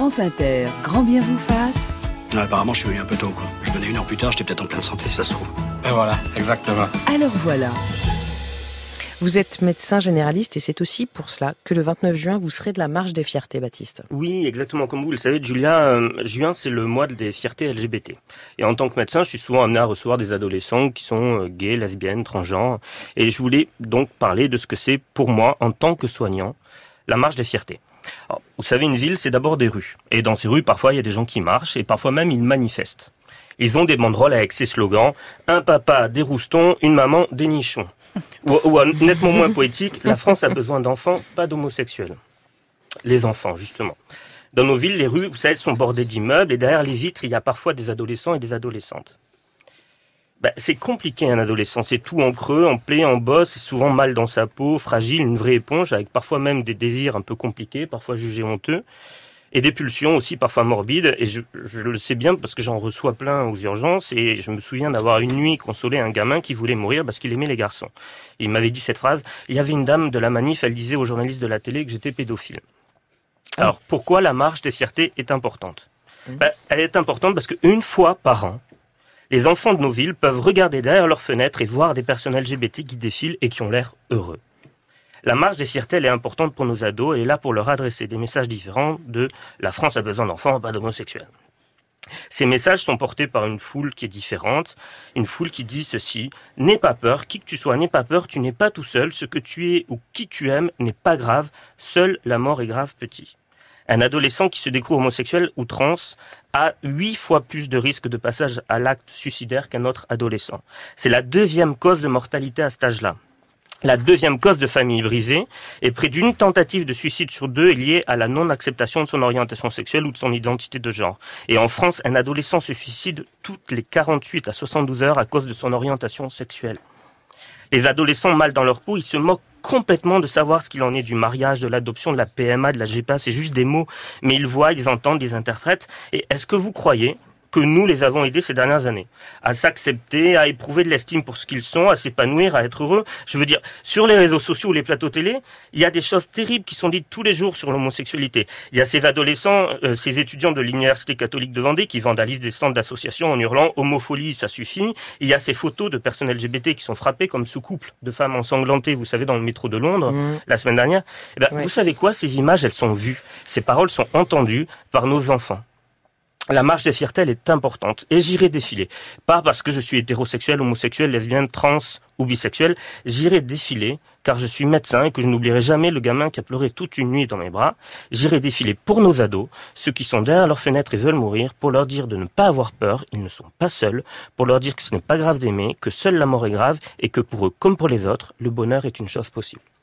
France Inter, grand bien vous fasse. Apparemment, je suis venu un peu tôt, quoi. Je venais 1 heure plus tard, j'étais peut-être en pleine santé, ça se trouve. Ben voilà, exactement. Alors voilà. Vous êtes médecin généraliste et c'est aussi pour cela que le 29 juin, vous serez de la Marche des Fiertés, Baptiste. Oui, exactement. Comme vous le savez, Julia, juin, c'est le mois des fiertés LGBT. Et en tant que médecin, je suis souvent amené à recevoir des adolescents qui sont gays, lesbiennes, transgenres. Et je voulais donc parler de ce que c'est pour moi, en tant que soignant, la Marche des Fiertés. Alors, vous savez, une ville, c'est d'abord des rues. Et dans ces rues, parfois, il y a des gens qui marchent et parfois même, ils manifestent. Ils ont des banderoles avec ces slogans « Un papa, des roustons, une maman, des nichons ». Ou nettement moins poétique, « La France a besoin d'enfants, pas d'homosexuels ». Les enfants, justement. Dans nos villes, les rues, vous savez, sont bordées d'immeubles et derrière les vitres, il y a parfois des adolescents et des adolescentes. C'est compliqué un adolescent, c'est tout en creux, en plaie, en bosse, c'est souvent mal dans sa peau, fragile, une vraie éponge, avec parfois même des désirs un peu compliqués, parfois jugés honteux, et des pulsions aussi parfois morbides, et je le sais bien parce que j'en reçois plein aux urgences, et je me souviens d'avoir une nuit consolé un gamin qui voulait mourir parce qu'il aimait les garçons. Et il m'avait dit cette phrase, il y avait une dame de la manif, elle disait aux journalistes de la télé que j'étais pédophile. Alors pourquoi la marche des fiertés est importante ? Elle est importante parce qu'une fois par an, les enfants de nos villes peuvent regarder derrière leurs fenêtres et voir des personnes LGBT qui défilent et qui ont l'air heureux. La marche des fiertés, elle est importante pour nos ados et est là pour leur adresser des messages différents de « La France a besoin d'enfants, pas d'homosexuels ». Ces messages sont portés par une foule qui est différente, une foule qui dit ceci « N'aie pas peur, qui que tu sois, n'aie pas peur, tu n'es pas tout seul, ce que tu es ou qui tu aimes n'est pas grave, seule la mort est grave petit ». Un adolescent qui se découvre homosexuel ou trans a 8 fois plus de risque de passage à l'acte suicidaire qu'un autre adolescent. C'est la 2e cause de mortalité à cet âge-là. La 2e cause de famille brisée, et près d'une tentative de suicide sur 2 est liée à la non-acceptation de son orientation sexuelle ou de son identité de genre. Et en France, un adolescent se suicide toutes les 48 à 72 heures à cause de son orientation sexuelle. Les adolescents mal dans leur peau, ils se moquent complètement de savoir ce qu'il en est du mariage, de l'adoption, de la PMA, de la GPA, c'est juste des mots, mais ils voient, ils entendent, ils interprètent. Et est-ce que vous croyez que nous les avons aidés ces dernières années à s'accepter, à éprouver de l'estime pour ce qu'ils sont, à s'épanouir, à être heureux? Je veux dire, sur les réseaux sociaux ou les plateaux télé, il y a des choses terribles qui sont dites tous les jours sur l'homosexualité. Il y a ces adolescents, ces étudiants de l'Université catholique de Vendée qui vandalisent des stands d'associations en hurlant « homophobie, ça suffit ». Il y a ces photos de personnes LGBT qui sont frappées comme ce couple de femmes ensanglantées, vous savez, dans le métro de Londres, la semaine dernière. Vous savez quoi? Ces images, elles sont vues. Ces paroles sont entendues par nos enfants. La marche des fiertés, elle est importante. Et j'irai défiler. Pas parce que je suis hétérosexuel, homosexuel, lesbienne, trans ou bisexuel. J'irai défiler car je suis médecin et que je n'oublierai jamais le gamin qui a pleuré toute une nuit dans mes bras. J'irai défiler pour nos ados, ceux qui sont derrière leurs fenêtres et veulent mourir, pour leur dire de ne pas avoir peur, ils ne sont pas seuls, pour leur dire que ce n'est pas grave d'aimer, que seule la mort est grave et que pour eux comme pour les autres, le bonheur est une chose possible.